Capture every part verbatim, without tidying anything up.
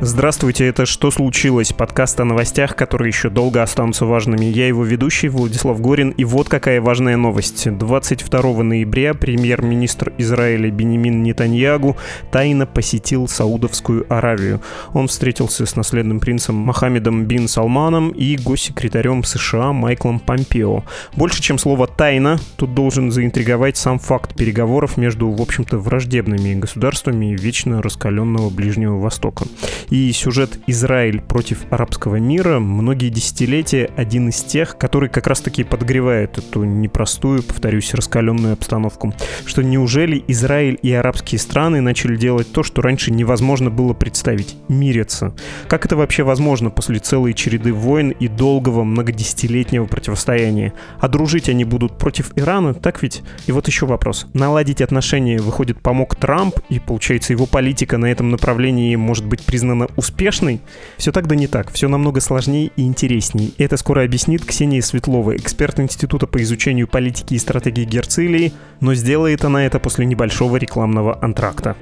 Здравствуйте, это «Что случилось?» Подкаст о новостях, которые еще долго останутся важными. Я его ведущий Владислав Горин, и вот какая важная новость. двадцать второго ноября премьер-министр Израиля Биньямин Нетаньягу тайно посетил Саудовскую Аравию. Он встретился с наследным принцем Мохаммедом бин Салманом и госсекретарем США Майклом Помпео. Больше, чем слово «тайна», тут должен заинтриговать сам факт переговоров между, в общем-то, враждебными государствами вечно раскаленного Ближнего Востока. И сюжет «Израиль против арабского мира» многие десятилетия один из тех, который как раз-таки подогревает эту непростую, повторюсь, раскаленную обстановку. Что неужели Израиль и арабские страны начали делать то, что раньше невозможно было представить — мириться? Как это вообще возможно после целой череды войн и долгого многодесятилетнего противостояния? А дружить они будут против Ирана, так ведь? И вот еще вопрос. Наладить отношения, выходит, помог Трамп, и, получается, его политика на этом направлении может быть признана успешной? Все так да не так, все намного сложнее и интереснее. И это скоро объяснит Ксения Светлова, эксперт Института по изучению политики и стратегии Герцлии, но сделает она это после небольшого рекламного антракта.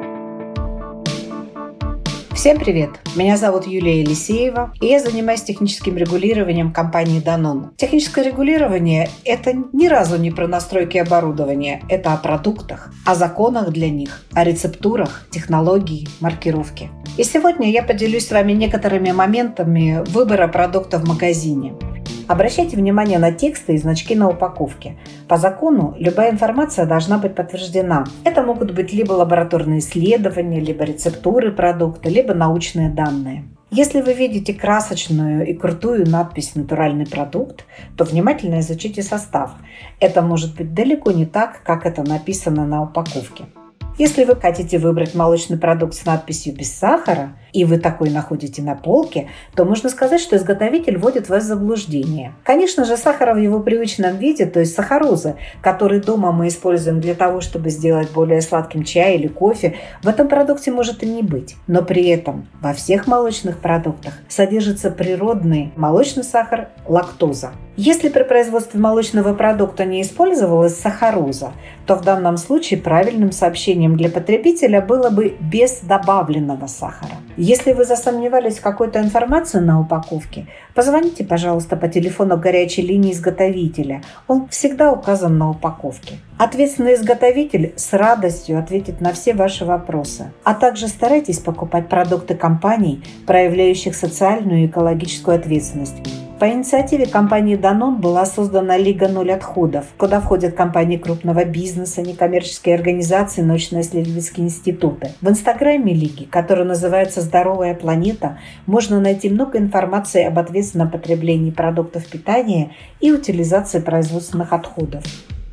Всем привет! Меня зовут Юлия Елисеева, и я занимаюсь техническим регулированием компании Danone. Техническое регулирование – это ни разу не про настройки оборудования, это о продуктах, о законах для них, о рецептурах, технологии, маркировке. И сегодня я поделюсь с вами некоторыми моментами выбора продукта в магазине. Обращайте внимание на тексты и значки на упаковке. По закону любая информация должна быть подтверждена. Это могут быть либо лабораторные исследования, либо рецептуры продукта, либо научные данные. Если вы видите красочную и крутую надпись «Натуральный продукт», то внимательно изучите состав. Это может быть далеко не так, как это написано на упаковке. Если вы хотите выбрать молочный продукт с надписью «без сахара», и вы такой находите на полке, то можно сказать, что изготовитель вводит вас в заблуждение. Конечно же, сахара в его привычном виде, то есть сахарозы, который дома мы используем для того, чтобы сделать более сладким чай или кофе, в этом продукте может и не быть. Но при этом во всех молочных продуктах содержится природный молочный сахар – лактоза. Если при производстве молочного продукта не использовалась сахароза, то в данном случае правильным сообщением для потребителя было бы «без добавленного сахара». Если вы засомневались в какой-то информации на упаковке, позвоните, пожалуйста, по телефону горячей линии изготовителя. Он всегда указан на упаковке. Ответственный изготовитель с радостью ответит на все ваши вопросы. А также старайтесь покупать продукты компаний, проявляющих социальную и экологическую ответственность. По инициативе компании Danone была создана Лига Ноль Отходов, куда входят компании крупного бизнеса, некоммерческие организации, научно-исследовательские институты. В инстаграме Лиги, который называется «Здоровая планета», можно найти много информации об ответственном потреблении продуктов питания и утилизации производственных отходов.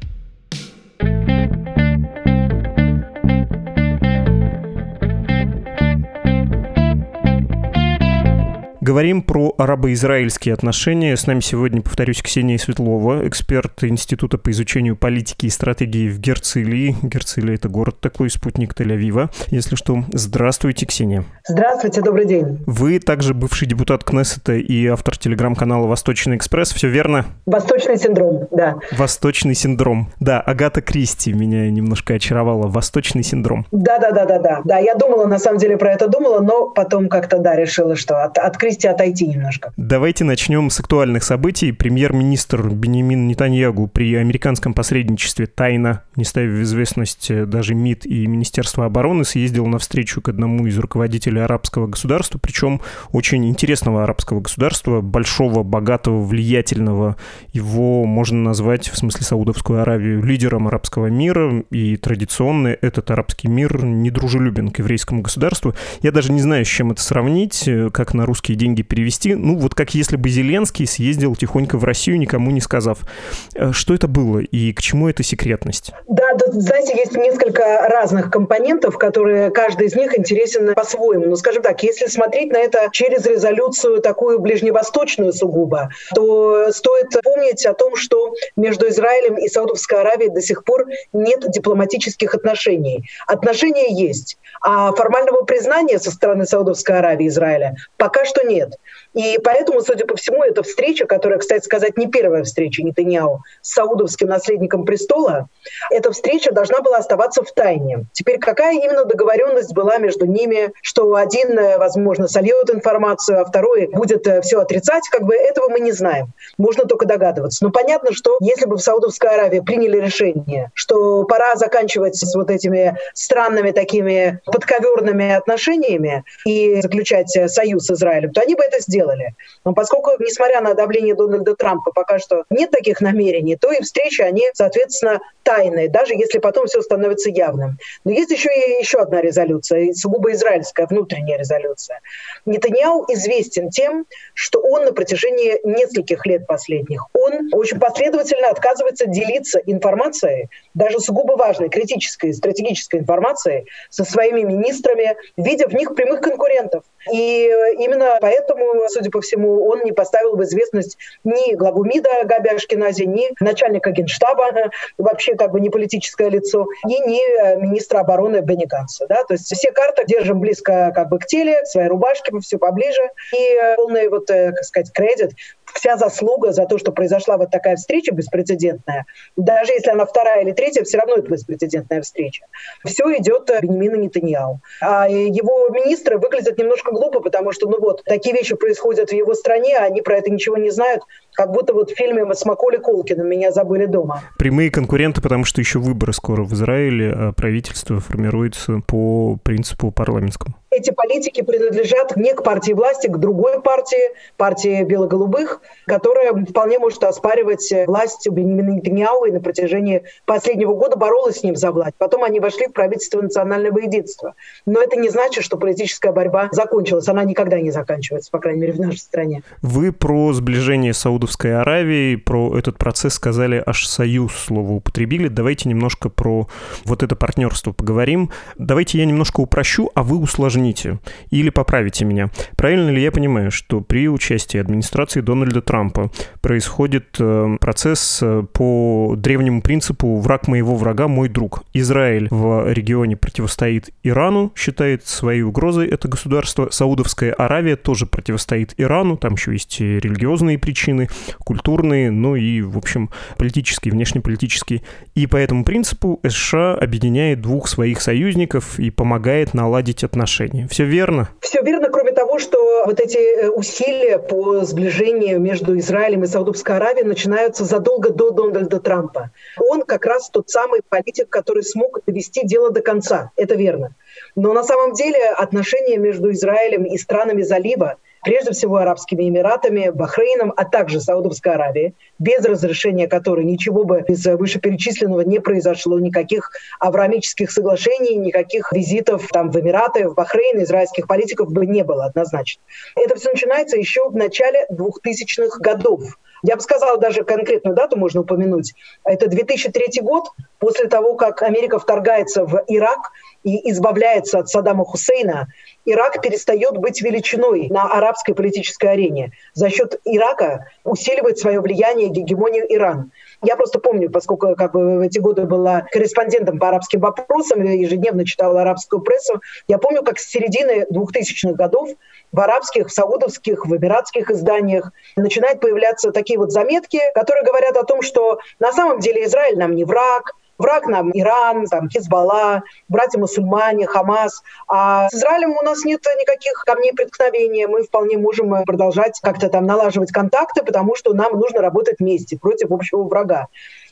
Говорим про арабо-израильские отношения. С нами сегодня, повторюсь, Ксения Светлова, эксперт Института по изучению политики и стратегии в Герцлии. Герцлия — это город такой, спутник Тель-Авива. Если что, здравствуйте, Ксения. Здравствуйте, добрый день. Вы также бывший депутат Кнессета и автор телеграм-канала «Восточный экспресс». Все верно? Восточный синдром, да. Восточный синдром. Да, Агата Кристи меня немножко очаровала. Восточный синдром. Да-да-да-да-да. Да, я думала, на самом деле, про это думала, но потом как-то, да, решила, что от, от Кристи отойти немножко. Давайте начнем с актуальных событий. Премьер-министр Биньямин Нетаньягу при американском посредничестве тайно, не ставя в известность даже МИД и Министерство обороны, съездил навстречу к одному из руководителей арабского государства, причем очень интересного арабского государства, большого, богатого, влиятельного. Его можно назвать, в смысле Саудовскую Аравию, лидером арабского мира, и традиционно этот арабский мир недружелюбен к еврейскому государству. Я даже не знаю, с чем это сравнить, как на русские деньги перевести. Ну, вот как если бы Зеленский съездил тихонько в Россию, никому не сказав. Что это было и к чему эта секретность? Да, да, знаете, есть несколько разных компонентов, которые каждый из них интересен по-своему. Ну, скажем так, если смотреть на это через резолюцию такую ближневосточную сугубо, то стоит помнить о том, что между Израилем и Саудовской Аравией до сих пор нет дипломатических отношений. Отношения есть, а формального признания со стороны Саудовской Аравии и Израиля пока что нет. нет. И поэтому, судя по всему, эта встреча, которая, кстати сказать, не первая встреча Нетаньяху с саудовским наследником престола, эта встреча должна была оставаться в тайне. Теперь какая именно договоренность была между ними, что один, возможно, сольет информацию, а второй будет все отрицать, как бы этого мы не знаем. Можно только догадываться. Но понятно, что если бы в Саудовской Аравии приняли решение, что пора заканчивать с вот этими странными такими подковерными отношениями и заключать союз с Израилем, то они бы это сделали. Но поскольку, несмотря на давление Дональда Трампа, пока что нет таких намерений, то и встречи, они, соответственно, тайные, даже если потом все становится явным. Но есть еще и еще одна резолюция, сугубо израильская, внутренняя резолюция. Нетаньяху известен тем, что он на протяжении нескольких лет последних, он очень последовательно отказывается делиться информацией, даже сугубо важной, критической, стратегической информацией со своими министрами, видя в них прямых конкурентов. И именно поэтому, судя по всему, он не поставил в известность ни главу МИДа Габи Ашкенази, ни начальника Генштаба, вообще как бы не политическое лицо, и ни министра обороны Бенни Ганца. Да? То есть все карты держим близко как бы к теле, к своей рубашке, все поближе. И полный, вот, как сказать, кредит, вся заслуга за то, что произошла вот такая встреча беспрецедентная, даже если она вторая или третья, все равно это беспрецедентная встреча. Все идет Беньямину Нетаньяху. А его министры выглядят немножко глупо, потому что, ну вот, такие вещи происходят в его стране, а они про это ничего не знают, как будто вот в фильме с Маколей Кулкиным «Меня забыли дома». Прямые конкуренты, потому что еще выборы скоро в Израиле, а правительство формируется по принципу парламентскому. Эти политики принадлежат не к партии власти, к другой партии, партии бело-голубых, которая вполне может оспаривать власть Беньямина Нетаньяху и на протяжении последнего года боролась с ним за власть. Потом они вошли в правительство национального единства. Но это не значит, что политическая борьба закончилась. Она никогда не заканчивается, по крайней мере, в нашей стране. Вы про сближение Саудовской Аравии, про этот процесс сказали, аж союз слово употребили. Давайте немножко про вот это партнерство поговорим. Давайте я немножко упрощу, а вы усложните. Или поправите меня. Правильно ли я понимаю, что при участии администрации Дональда Трампа происходит э, процесс э, по древнему принципу «враг моего врага – мой друг». Израиль в регионе противостоит Ирану, считает своей угрозой это государство. Саудовская Аравия тоже противостоит Ирану. Там еще есть и религиозные причины, культурные, ну и, в общем, политические, внешнеполитические. И по этому принципу США объединяет двух своих союзников и помогает наладить отношения. Все верно? Все верно, кроме того, что вот эти усилия по сближению между Израилем и Саудовской Аравией начинаются задолго до Дональда Трампа. Он как раз тот самый политик, который смог довести дело до конца. Это верно. Но на самом деле отношения между Израилем и странами залива, прежде всего Арабскими Эмиратами, Бахрейном, а также Саудовской Аравией, без разрешения которой ничего бы из вышеперечисленного не произошло, никаких авраамических соглашений, никаких визитов там, в Эмираты, в Бахрейн, израильских политиков бы не было однозначно. Это все начинается еще в начале двухтысячных годов. Я бы сказала, даже конкретную дату можно упомянуть. Это две тысячи третий год, после того, как Америка вторгается в Ирак и избавляется от Саддама Хусейна, Ирак перестает быть величиной на арабской политической арене. За счет Ирака усиливает свое влияние и гегемонию Иран. Я просто помню, поскольку как бы, в эти годы была корреспондентом по арабским вопросам, ежедневно читала арабскую прессу, я помню, как с середины двухтысячных годов в арабских, в саудовских, в эмиратских изданиях начинают появляться такие вот заметки, которые говорят о том, что на самом деле Израиль нам не враг, враг нам Иран, там, Хизбалла, братья-мусульмане, Хамас. А с Израилем у нас нет никаких камней преткновения. Мы вполне можем продолжать как-то там налаживать контакты, потому что нам нужно работать вместе против общего врага.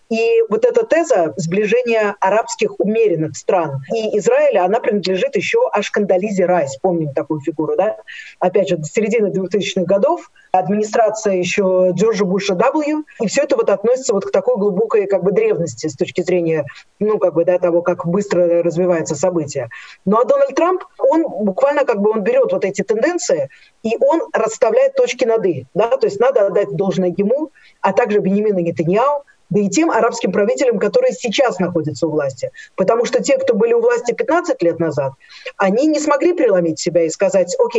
И вот эта теза сближения арабских умеренных стран и Израиля, она принадлежит еще аж Кондолизе Райс. Помним такую фигуру, да? Опять же, до середины двухтысячных годов, администрация еще Джорджа Буша дабл ю, и все это вот относится вот к такой глубокой как бы древности с точки зрения, ну, как бы, да, того, как быстро развиваются события. Ну, а Дональд Трамп, он буквально как бы он берет вот эти тенденции, и он расставляет точки над «и», да? То есть надо отдать должное ему, а также Беньямину Нетаньяху, да и тем арабским правителям, которые сейчас находятся у власти. Потому что те, кто были у власти пятнадцать лет назад, они не смогли преломить себя и сказать: окей,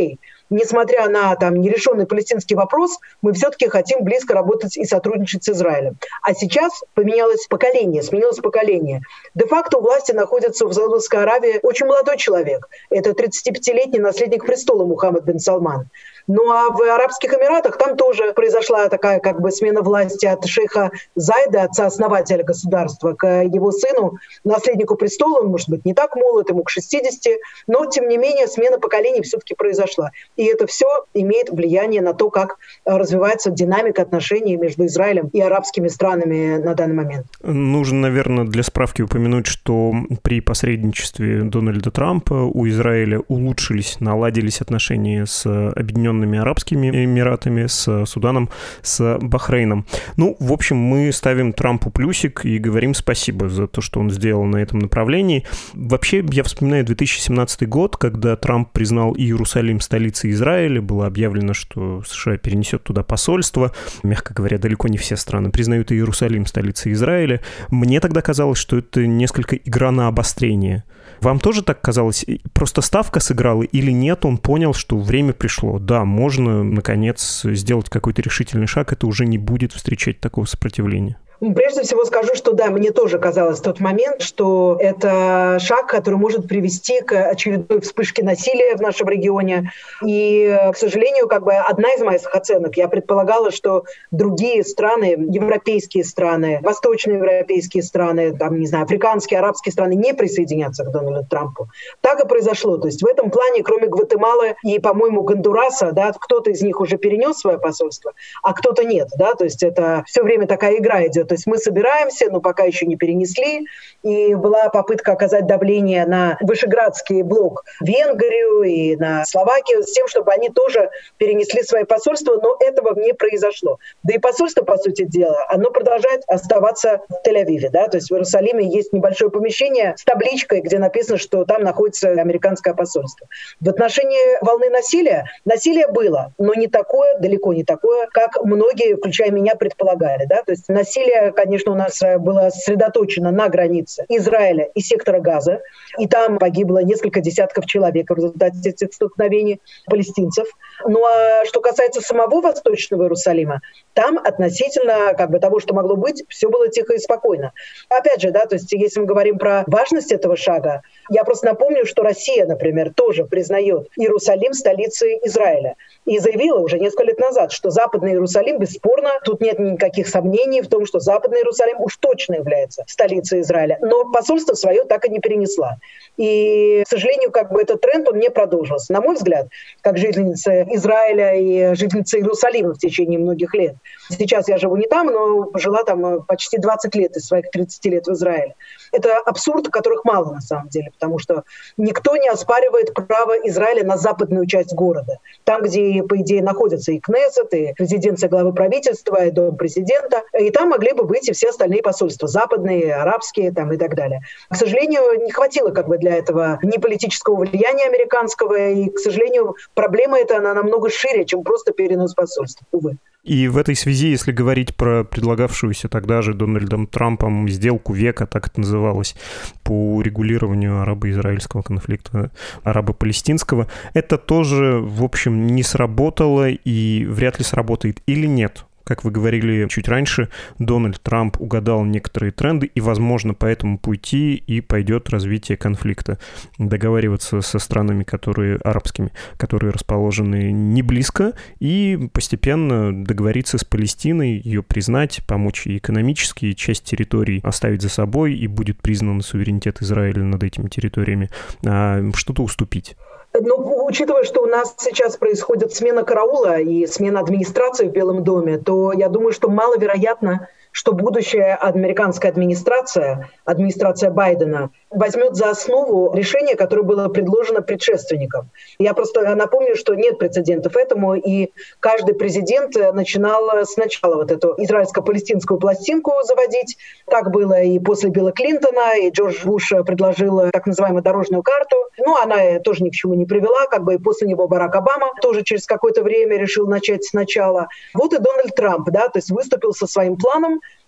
несмотря на там нерешенный палестинский вопрос, мы все-таки хотим близко работать и сотрудничать с Израилем. А сейчас поменялось поколение, сменилось поколение. Де-факто у власти находится в Саудовской Аравии очень молодой человек. Это тридцатипятилетний наследник престола Мухаммад бин Салман. Ну а в Арабских Эмиратах там тоже произошла такая как бы смена власти от шейха Зайда, отца-основателя государства, к его сыну, наследнику престола. Он, может быть, не так молод, ему к шестидесяти, но, тем не менее, смена поколений все-таки произошла. И это все имеет влияние на то, как развивается динамика отношений между Израилем и арабскими странами на данный момент. Нужно, наверное, для справки упомянуть, что при посредничестве Дональда Трампа у Израиля улучшились, наладились отношения с Объединенными Арабскими Эмиратами, с Суданом, с Бахрейном. Ну, в общем, мы ставим Трампу плюсик и говорим спасибо за то, что он сделал на этом направлении. Вообще, я вспоминаю две тысячи семнадцатый год, когда Трамп признал Иерусалим столицей Израиля, было объявлено, что США перенесет туда посольство. Мягко говоря, далеко не все страны признают Иерусалим столицей Израиля. Мне тогда казалось, что это несколько игра на обострение. Вам тоже так казалось? Просто ставка сыграла или нет? Он понял, что время пришло. Да, можно, наконец, сделать какой-то решительный шаг. Это уже не будет встречать такого сопротивления. Прежде всего скажу, что да, мне тоже казалось в тот момент, что это шаг, который может привести к очередной вспышке насилия в нашем регионе. И, к сожалению, как бы одна из моих оценок, я предполагала, что другие страны, европейские страны, восточноевропейские страны, там, не знаю, африканские, арабские страны не присоединятся к Дональду Трампу. Так и произошло. То есть в этом плане, кроме Гватемалы и, по-моему, Гондураса, да, кто-то из них уже перенес свое посольство, а кто-то нет. Да? То есть это все время такая игра идет. То есть мы собираемся, но пока еще не перенесли. И была попытка оказать давление на Вышеградский блок, Венгрию и на Словакию с тем, чтобы они тоже перенесли свои посольства, но этого не произошло. Да и посольство, по сути дела, оно продолжает оставаться в Тель-Авиве. Да? То есть в Иерусалиме есть небольшое помещение с табличкой, где написано, что там находится американское посольство. В отношении волны насилия, насилие было, но не такое, далеко не такое, как многие, включая меня, предполагали. Да? То есть насилие, конечно, у нас было сосредоточено на границе Израиля и сектора Газа, и там погибло несколько десятков человек в результате этих столкновений палестинцев. Ну а что касается самого Восточного Иерусалима, там относительно как бы того, что могло быть, все было тихо и спокойно. Опять же, да, то есть если мы говорим про важность этого шага, я просто напомню, что Россия, например, тоже признает Иерусалим столицей Израиля. И заявила уже несколько лет назад, что Западный Иерусалим, бесспорно, тут нет никаких сомнений в том, что Западный Иерусалим уж точно является столицей Израиля. Но посольство свое так и не перенесла. И, к сожалению, как бы этот тренд, он не продолжился. На мой взгляд, как жительница Израиля и жительница Иерусалима в течение многих лет. Сейчас я живу не там, но жила там почти двадцать лет из своих тридцати лет в Израиле. Это абсурд, которых мало на самом деле, потому что никто не оспаривает право Израиля на западную часть города. Там, где, по идее, находятся и Кнессет, и резиденция главы правительства, и дом президента. И там могли бы быть и все остальные посольства, западные, арабские там, и так далее. К сожалению, не хватило как бы для этого ни политического влияния американского, и, к сожалению, проблема эта, она намного шире, чем просто перенос посольства, увы. И в этой связи, если говорить про предлагавшуюся тогда же Дональдом Трампом сделку века, так это называлось, по урегулированию арабо-израильского конфликта, арабо-палестинского, это тоже, в общем, не сработало и вряд ли сработает или нет? Как вы говорили чуть раньше, Дональд Трамп угадал некоторые тренды, и, возможно, по этому пути и пойдет развитие конфликта. Договариваться со странами, которые арабскими, которые расположены не близко, и постепенно договориться с Палестиной, ее признать, помочь и экономически, и часть территорий оставить за собой, и будет признан суверенитет Израиля над этими территориями, а что-то уступить. Ну, учитывая, что у нас сейчас происходит смена караула и смена администрации в Белом доме, то я думаю, что маловероятно, что будущая американская администрация, администрация Байдена, возьмет за основу решение, которое было предложено предшественником. Я просто напомню, что нет прецедентов этому, и каждый президент начинал сначала вот эту израильско-палестинскую пластинку заводить. Так было и после Билла Клинтона, и Джордж Буш предложил так называемую дорожную карту. Ну, она тоже ни к чему не привела, как бы и после него Барак Обама тоже через какое-то время решил начать сначала. Вот и Дональд Трамп, да, то есть выступил со своим планом,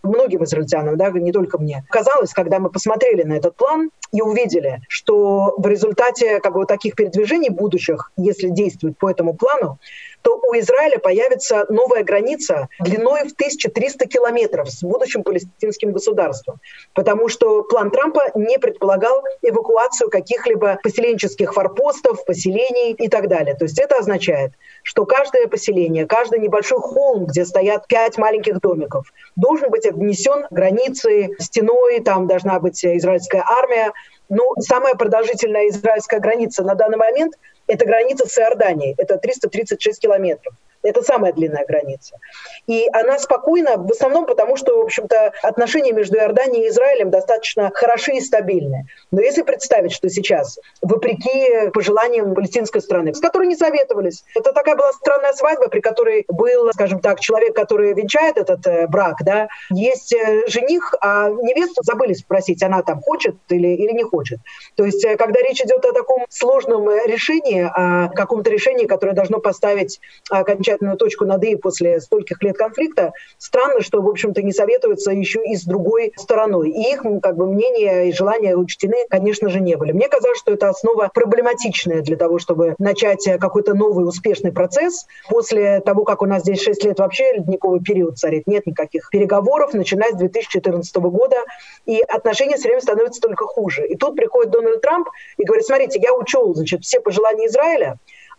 многим израильтянам, да, не только мне, казалось, когда мы посмотрели на этот план и увидели, что в результате как бы, вот таких передвижений будущих, если действовать по этому плану, то у Израиля появится новая граница длиной в тысячу триста километров с будущим палестинским государством. Потому что план Трампа не предполагал эвакуацию каких-либо поселенческих форпостов, поселений и так далее. То есть это означает, что каждое поселение, каждый небольшой холм, где стоят пять маленьких домиков, должен быть обнесен границей, стеной, там должна быть израильская армия. Ну, самая продолжительная израильская граница на данный момент – это граница с Иорданией, это триста тридцать шесть километров. Это самая длинная граница. И она спокойна, в основном потому, что, в общем-то, отношения между Иорданией и Израилем достаточно хороши и стабильны. Но если представить, что сейчас, вопреки пожеланиям палестинской страны, с которой не советовались, это такая была странная свадьба, при которой был, скажем так, человек, который венчает этот э, брак, да, есть э, жених, а невесту забыли спросить, она там хочет или, или не хочет. То есть, э, когда речь идет о таком сложном решении, о каком-то решении, которое должно поставить окончательно точку над «и» после стольких лет конфликта, странно, что, в общем-то, не советуются еще и с другой стороной. И их как бы, мнения и желания учтены, конечно же, не были. Мне казалось, что это основа проблематичная для того, чтобы начать какой-то новый успешный процесс. После того, как у нас здесь шесть лет вообще ледниковый период царит, нет никаких переговоров, начиная с две тысячи четырнадцатого года, и отношения все время становятся только хуже. И тут приходит Дональд Трамп и говорит, смотрите, я учел, значит, все пожелания Израиля,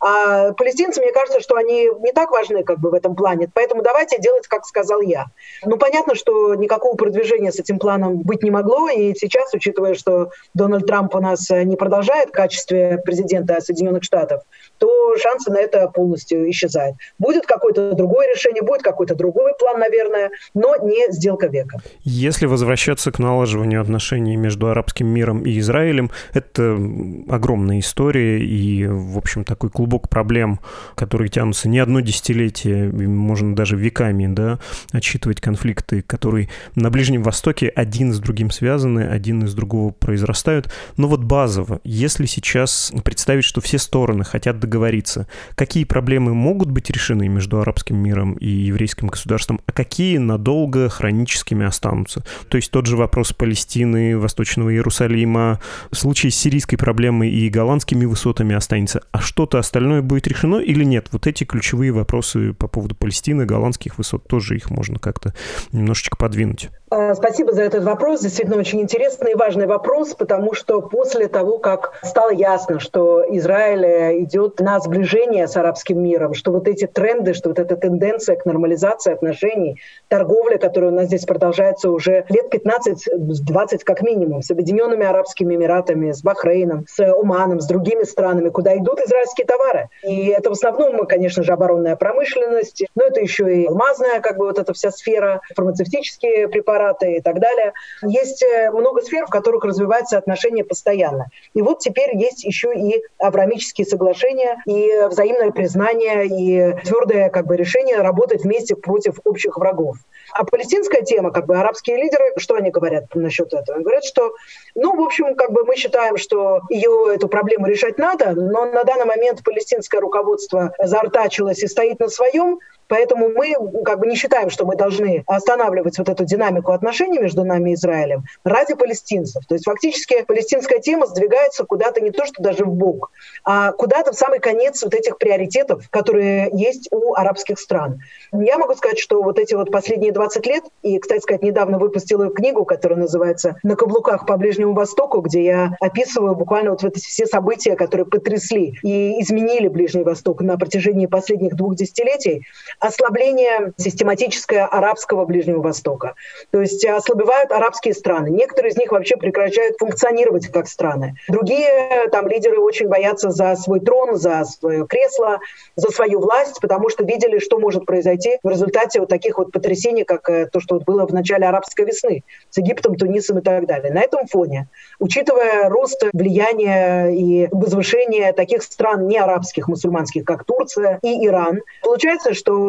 а палестинцы, мне кажется, что они не так важны как бы в этом плане, поэтому давайте делать, как сказал я. Ну, понятно, что никакого продвижения с этим планом быть не могло, и сейчас, учитывая, что Дональд Трамп у нас не продолжает в качестве президента Соединенных Штатов, то шансы на это полностью исчезают. Будет какое-то другое решение, будет какой-то другой план, наверное, но не сделка века. Если возвращаться к налаживанию отношений между арабским миром и Израилем, это огромная история и, в общем, такой клубок проблем, которые тянутся не одно десятилетие, можно даже веками, да, отсчитывать конфликты, которые на Ближнем Востоке один с другим связаны, один из другого произрастают. Но вот базово, если сейчас представить, что все стороны хотят договориться, какие проблемы могут быть решены между арабским миром и еврейским государством, а какие надолго хроническими останутся? То есть тот же вопрос Палестины, Восточного Иерусалима, в случае с сирийской проблемой и голландскими высотами останется, а что-то остальное будет решено или нет? Вот эти ключевые вопросы по поводу Палестины, голландских высот, тоже их можно как-то немножечко подвинуть. Спасибо за этот вопрос. Действительно, очень интересный и важный вопрос, потому что после того, как стало ясно, что Израиль идет на сближение с арабским миром, что вот эти тренды, что вот эта тенденция к нормализации отношений, торговля, которая у нас здесь продолжается уже лет пятнадцать-двадцать как минимум, с Объединенными Арабскими Эмиратами, с Бахрейном, с Оманом, с другими странами, куда идут израильские товары. И это в основном, конечно же, оборонная промышленность, но это еще и алмазная, как бы вот эта вся сфера, фармацевтические препараты, и так далее. Есть много сфер, в которых развиваются отношения постоянно. И вот теперь есть еще и авраамические соглашения, и взаимное признание, и твердое как бы, решение работать вместе против общих врагов. А палестинская тема, как бы арабские лидеры, что они говорят насчет этого? Они говорят, что, ну, в общем, как бы мы считаем, что ее, эту проблему решать надо, но на данный момент палестинское руководство заортачилось и стоит на своем. Поэтому мы как бы не считаем, что мы должны останавливать вот эту динамику отношений между нами и Израилем ради палестинцев. То есть фактически палестинская тема сдвигается куда-то не то, что даже вбок, а куда-то в самый конец вот этих приоритетов, которые есть у арабских стран. Я могу сказать, что вот эти вот последние двадцать лет, и, кстати сказать, недавно выпустила книгу, которая называется «На каблуках по Ближнему Востоку», где я описываю буквально вот эти все события, которые потрясли и изменили Ближний Восток на протяжении последних двух десятилетий, ослабление систематическое арабского Ближнего Востока. То есть ослабевают арабские страны. Некоторые из них вообще прекращают функционировать как страны. Другие там лидеры очень боятся за свой трон, за свое кресло, за свою власть, потому что видели, что может произойти в результате вот таких вот потрясений, как то, что вот было в начале арабской весны с Египтом, Тунисом и так далее. На этом фоне, учитывая рост влияния и возвышение таких стран не арабских, мусульманских, как Турция и Иран, получается, что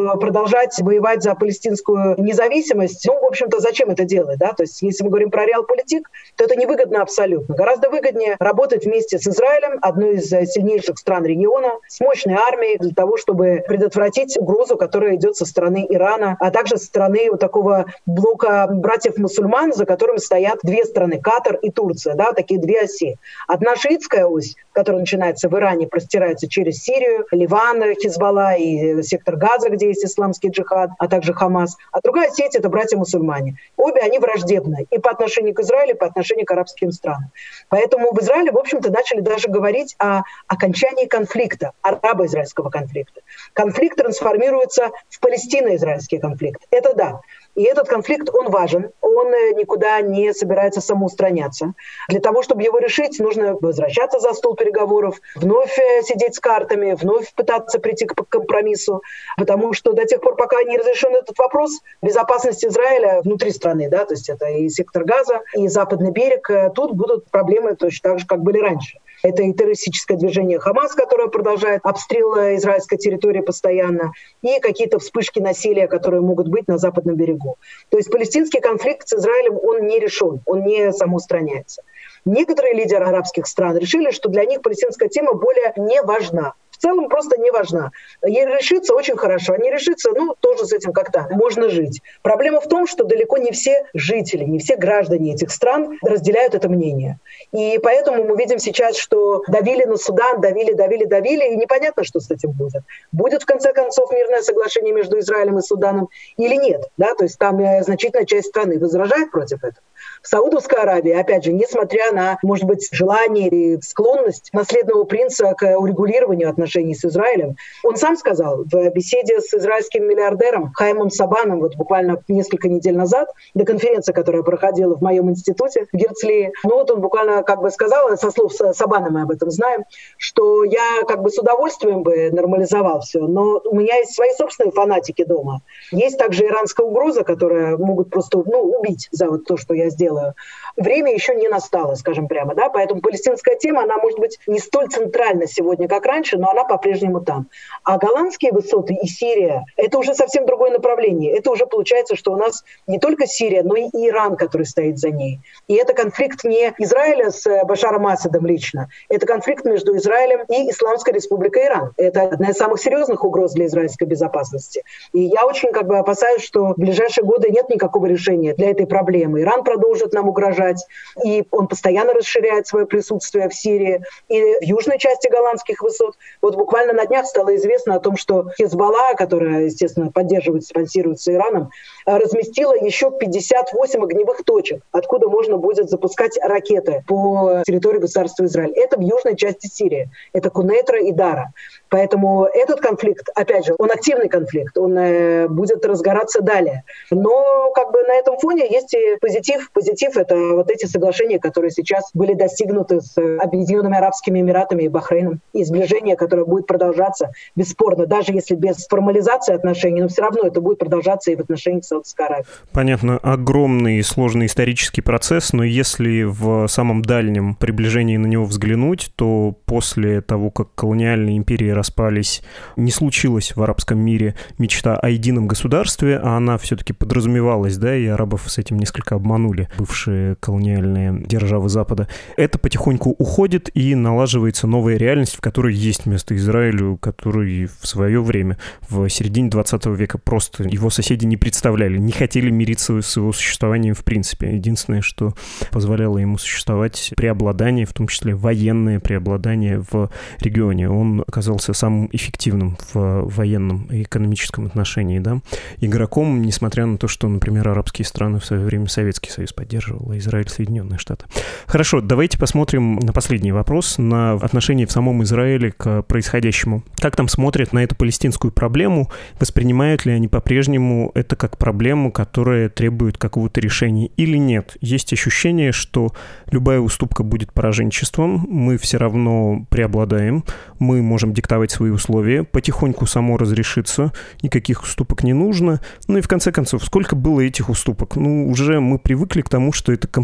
что продолжать воевать за палестинскую независимость, ну, в общем-то, зачем это делать, да? То есть если мы говорим про реалполитик, то это невыгодно абсолютно. Гораздо выгоднее работать вместе с Израилем, одной из сильнейших стран региона, с мощной армией для того, чтобы предотвратить угрозу, которая идет со стороны Ирана, а также со стороны вот такого блока братьев-мусульман, за которым стоят две страны, Катар и Турция, да, такие две оси. Одна шиитская ось, которая начинается в Иране, простирается через Сирию, Ливан, Хизбалла и сектор Газа, где есть исламский джихад, а также Хамас. А другая сеть — это братья-мусульмане. Обе они враждебны и по отношению к Израилю, и по отношению к арабским странам. Поэтому в Израиле, в общем-то, начали даже говорить о окончании конфликта, арабо-израильского конфликта. Конфликт трансформируется в палестино-израильский конфликт. Это да. И этот конфликт, он важен, он никуда не собирается самоустраняться. Для того, чтобы его решить, нужно возвращаться за стол переговоров, вновь сидеть с картами, вновь пытаться прийти к компромиссу, потому что до тех пор, пока не разрешен этот вопрос, безопасность Израиля внутри страны, да, то есть это и сектор Газа, и западный берег, тут будут проблемы точно так же, как были раньше. Это и террористическое движение Хамас, которое продолжает обстрел израильской территории постоянно, и какие-то вспышки насилия, которые могут быть на западном берегу. То есть палестинский конфликт с Израилем, он не решен, он не самоустраняется. Некоторые лидеры арабских стран решили, что для них палестинская тема более не важна. В целом просто не важна. Ей решится очень хорошо, а не решится, ну, тоже с этим как-то можно жить. Проблема в том, что далеко не все жители, не все граждане этих стран разделяют это мнение. И поэтому мы видим сейчас, что давили на Судан, давили, давили, давили, и непонятно, что с этим будет. Будет, в конце концов, мирное соглашение между Израилем и Суданом или нет? Да? То есть там значительная часть страны возражает против этого. В Саудовской Аравии, опять же, несмотря на, может быть, желание или склонность наследного принца к урегулированию отношений с Израилем, он сам сказал в беседе с израильским миллиардером Хаимом Сабаном вот буквально несколько недель назад, до конференции, которая проходила в моем институте в Герцлии, ну вот он буквально как бы сказал, со слов Сабана мы об этом знаем, что я как бы с удовольствием бы нормализовал все, но у меня есть свои собственные фанатики дома. Есть также иранская угроза, которая могут просто ну, убить за вот то, что я сделал. Время еще не настало, скажем прямо, да, поэтому палестинская тема, она может быть не столь центральна сегодня, как раньше, но она по-прежнему там. А голландские высоты и Сирия — это уже совсем другое направление. Это уже получается, что у нас не только Сирия, но и Иран, который стоит за ней. И это конфликт не Израиля с Башаром Асадом лично, это конфликт между Израилем и Исламской Республикой Иран. Это одна из самых серьезных угроз для израильской безопасности. И я очень как бы опасаюсь, что в ближайшие годы нет никакого решения для этой проблемы. Иран продолжит нам угрожать, и он постоянно расширяет свое присутствие в Сирии и в южной части голландских высот. Вот буквально на днях стало известно о том, что Хизбалла, которая, естественно, поддерживается, спонсируется Ираном, разместила еще пятьдесят восемь огневых точек, откуда можно будет запускать ракеты по территории государства Израиль. Это в южной части Сирии. Это Кунейтра и Дара. Поэтому этот конфликт, опять же, он активный конфликт, он э, будет разгораться далее. Но как бы на этом фоне есть и позитив. Позитив — это вот эти соглашения, которые сейчас были достигнуты с Объединенными Арабскими Эмиратами и Бахрейном. И сближение, которое будет продолжаться бесспорно, даже если без формализации отношений, но все равно это будет продолжаться и в отношениях с Саудовской Аравией. Понятно, огромный и сложный исторический процесс, но если в самом дальнем приближении на него взглянуть, то после того, как колониальные империи распались, не случилось в арабском мире мечта о едином государстве, а она все-таки подразумевалась, да, и арабов с этим несколько обманули, бывшие колониальные державы Запада. Это потихоньку уходит, и налаживается новая реальность, в которой есть место Израилю, который в свое время, в середине двадцатого века, просто его соседи не представляли, не хотели мириться с его существованием в принципе. Единственное, что позволяло ему существовать, преобладание, в том числе военное преобладание в регионе. Он оказался самым эффективным в военном и экономическом отношении, да, игроком, несмотря на то, что, например, арабские страны в свое время Советский Союз поддерживал, а Израиль — Соединенные Штаты. Хорошо, давайте посмотрим на последний вопрос, на отношение в самом Израиле к происходящему. Как там смотрят на эту палестинскую проблему? Воспринимают ли они по-прежнему это как проблему, которая требует какого-то решения или нет? Есть ощущение, что любая уступка будет пораженчеством, мы все равно преобладаем, мы можем диктовать свои условия, потихоньку само разрешится, никаких уступок не нужно. Ну и в конце концов, сколько было этих уступок? Ну, уже мы привыкли к тому, что это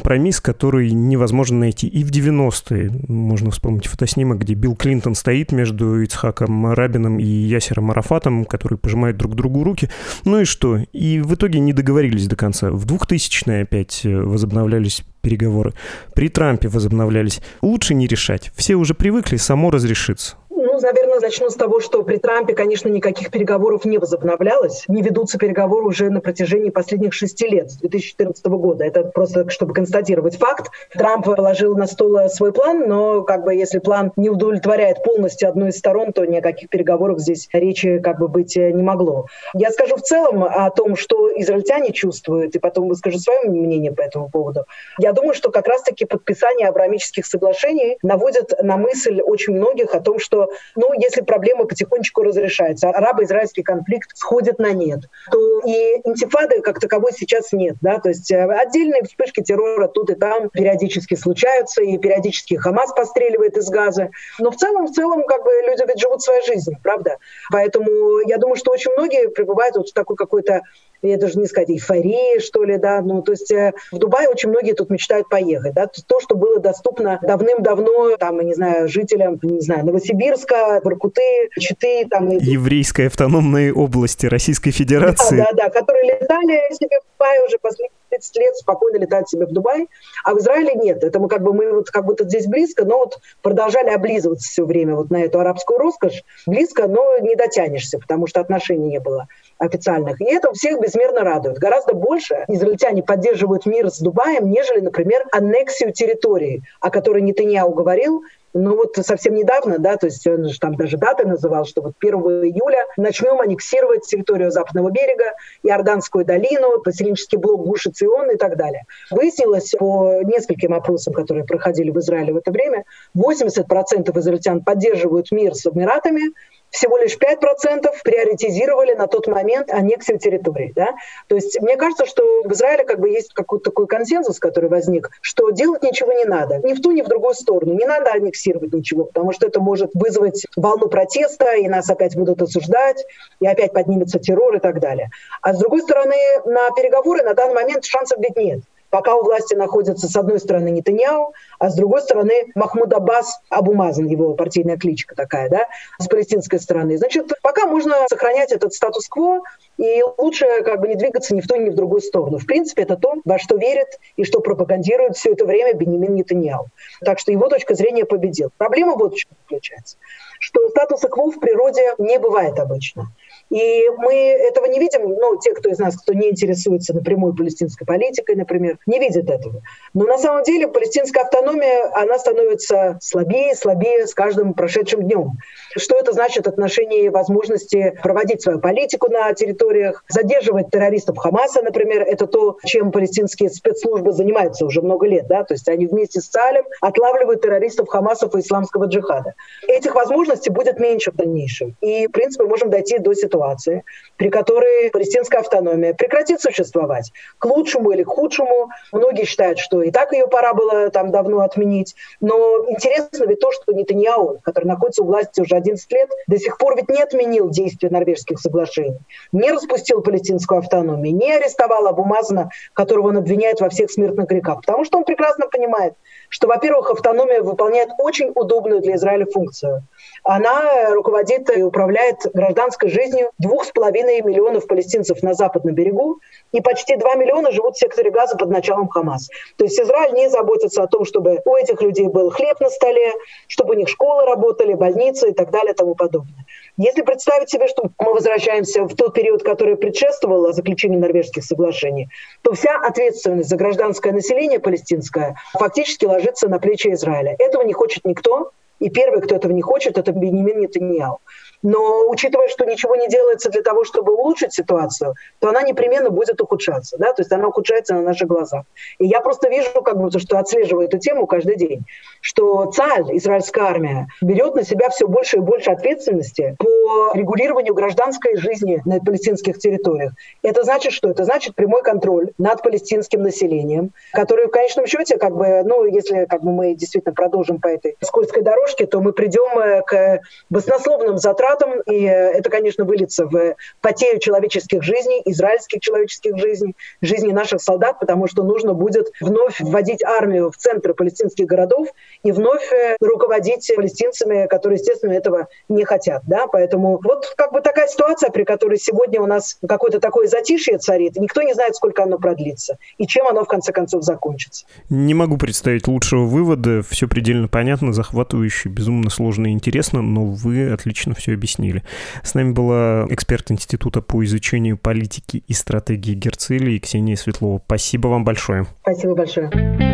компромисс, который невозможно найти. И в девяностые можно вспомнить фотоснимок, где Билл Клинтон стоит между Ицхаком Рабином и Ясером Арафатом, которые пожимают друг другу руки. Ну и что? И в итоге не договорились до конца. В двухтысячные опять возобновлялись переговоры. При Трампе возобновлялись. Лучше не решать. Все уже привыкли, само разрешится. Ну, наверное, начну с того, что при Трампе, конечно, никаких переговоров не возобновлялось. Не ведутся переговоры уже на протяжении последних шести лет, с две тысячи четырнадцатого года. Это просто, чтобы констатировать факт. Трамп положил на стол свой план, но как бы если план не удовлетворяет полностью одну из сторон, то ни о каких переговорах здесь речи как бы быть не могло. Я скажу в целом о том, что израильтяне чувствуют, и потом выскажу свое мнение по этому поводу. Я думаю, что как раз-таки подписание Авраамических соглашений наводит на мысль очень многих о том, что ну, если проблема потихонечку разрешается, арабо-израильский конфликт сходит на нет, то и интифады как таковой сейчас нет. Да? То есть отдельные вспышки террора тут и там периодически случаются, и периодически Хамас постреливает из Газа. Но в целом, в целом, как бы люди ведь живут своей жизнью, правда? Поэтому я думаю, что очень многие пребывают вот в такой какой-то, я даже не сказать, эйфории, что ли, да, ну, то есть э, в Дубае очень многие тут мечтают поехать, да, то, что было доступно давным-давно, там, я не знаю, жителям, не знаю, Новосибирска, Воркуты, Читы, там... Еврейской автономной области Российской Федерации. Да, да, да, которые летали себе в Дубае уже последние тридцать лет, спокойно летают себе в Дубай, а в Израиле нет. Это мы как бы, мы вот как будто здесь близко, но вот продолжали облизываться все время вот на эту арабскую роскошь. Близко, но не дотянешься, потому что отношений не было официальных. И это всех безмерно радует. Гораздо больше израильтяне поддерживают мир с Дубаем, нежели, например, аннексию территории, о которой Нетаньяху говорил. Ну вот совсем недавно, да, то есть он же там даже даты называл, что вот первого июля начнем аннексировать территорию Западного берега, Иорданскую долину, поселенческий блок Гуш Эцион и так далее. Выяснилось по нескольким опросам, которые проходили в Израиле в это время, восемьдесят процентов израильтян поддерживают мир с Эмиратами, всего лишь пять процентов приоритизировали на тот момент аннексию территории. Да? То есть мне кажется, что в Израиле как бы есть какой-то такой консенсус, который возник, что делать ничего не надо. Ни в ту, ни в другую сторону. Не надо аннексировать ничего, потому что это может вызвать волну протеста, и нас опять будут осуждать, и опять поднимется террор и так далее. А с другой стороны, на переговоры на данный момент шансов ведь нет. Пока у власти находится с одной стороны Нетаньяху, а с другой стороны Махмуд Аббас, Абу Мазан, его партийная кличка такая, да, с палестинской стороны. Значит, пока можно сохранять этот статус-кво, и лучше как бы не двигаться ни в ту, ни в другую сторону. В принципе, это то, во что верит и что пропагандирует все это время Биньямин Нетаньяху. Так что его точка зрения победила. Проблема вот в чем заключается, что статуса-кво в природе не бывает обычно. И мы этого не видим, ну, те, кто из нас, кто не интересуется напрямую палестинской политикой, например, не видят этого. Но на самом деле палестинская автономия, она становится слабее и слабее с каждым прошедшим днем. Что это значит в отношении возможности проводить свою политику на территориях, задерживать террористов Хамаса, например, это то, чем палестинские спецслужбы занимаются уже много лет, да, то есть они вместе с Цаалем отлавливают террористов Хамасов и исламского джихада. Этих возможностей будет меньше в дальнейшем. И, в принципе, можем дойти до ситуации, при которой палестинская автономия прекратит существовать. К лучшему или к худшему. Многие считают, что и так ее пора было там давно отменить. Но интересно ведь то, что Нетаньяху, который находится у власти уже одиннадцать лет, до сих пор ведь не отменил действия норвежских соглашений, не распустил палестинскую автономию, не арестовал Абу Мазана, которого он обвиняет во всех смертных грехах. Потому что он прекрасно понимает, что, во-первых, автономия выполняет очень удобную для Израиля функцию. Она руководит и управляет гражданской жизнью двух с половиной миллионов палестинцев на западном берегу, и почти два миллиона живут в секторе Газа под началом Хамас. То есть Израиль не заботится о том, чтобы у этих людей был хлеб на столе, чтобы у них школы работали, больницы и так далее и тому подобное. Если представить себе, что мы возвращаемся в тот период, который предшествовал заключению норвежских соглашений, то вся ответственность за гражданское население палестинское фактически ложится на плечи Израиля. Этого не хочет никто. И первый, кто этого не хочет, это Биньямин Нетаньяху. Но учитывая, что ничего не делается для того, чтобы улучшить ситуацию, то она непременно будет ухудшаться. Да? То есть она ухудшается на наших глазах. И я просто вижу, как бы, что отслеживаю эту тему каждый день, что Цааль, израильская армия, берет на себя все больше и больше ответственности по регулированию гражданской жизни на палестинских территориях. Это значит что? Это значит прямой контроль над палестинским населением, который в конечном счете, как бы, ну, если как бы, мы действительно продолжим по этой скользкой дорожке, то мы придем к баснословным затратам тратам, и это, конечно, выльется в потерю человеческих жизней, израильских человеческих жизней, жизней наших солдат, потому что нужно будет вновь вводить армию в центры палестинских городов и вновь руководить палестинцами, которые, естественно, этого не хотят. Да? Поэтому вот как бы такая ситуация, при которой сегодня у нас какое-то такое затишье царит, и никто не знает, сколько оно продлится и чем оно в конце концов закончится. Не могу представить лучшего вывода. Все предельно понятно, захватывающе, безумно сложно и интересно, но вы отлично все объяснили. С нами была эксперт Института по изучению политики и стратегии Герцлия Ксения Светлова. Спасибо вам большое. Спасибо большое.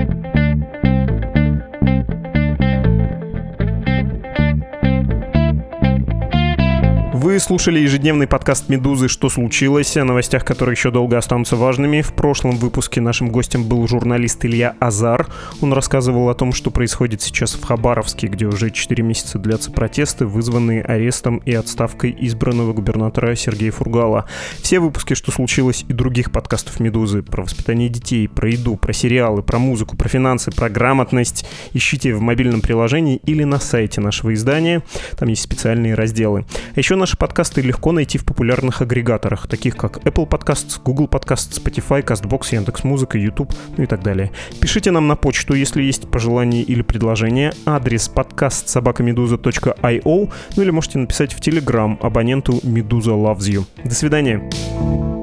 Вы слушали ежедневный подкаст «Медузы. Что случилось?», о новостях, которые еще долго останутся важными. В прошлом выпуске нашим гостем был журналист Илья Азар. Он рассказывал о том, что происходит сейчас в Хабаровске, где уже четыре месяца длятся протесты, вызванные арестом и отставкой избранного губернатора Сергея Фургала. Все выпуски «Что случилось?» и других подкастов «Медузы» про воспитание детей, про еду, про сериалы, про музыку, про финансы, про грамотность ищите в мобильном приложении или на сайте нашего издания. Там есть специальные разделы. А еще наши подкасты легко найти в популярных агрегаторах, таких как Apple Podcasts, Google Podcasts, Spotify, CastBox, Яндекс.Музыка, YouTube, ну и так далее. Пишите нам на почту, если есть пожелания или предложения. Адрес подкаст собака медуза точка ай о, ну или можете написать в Telegram абоненту Meduza Loves You. До свидания.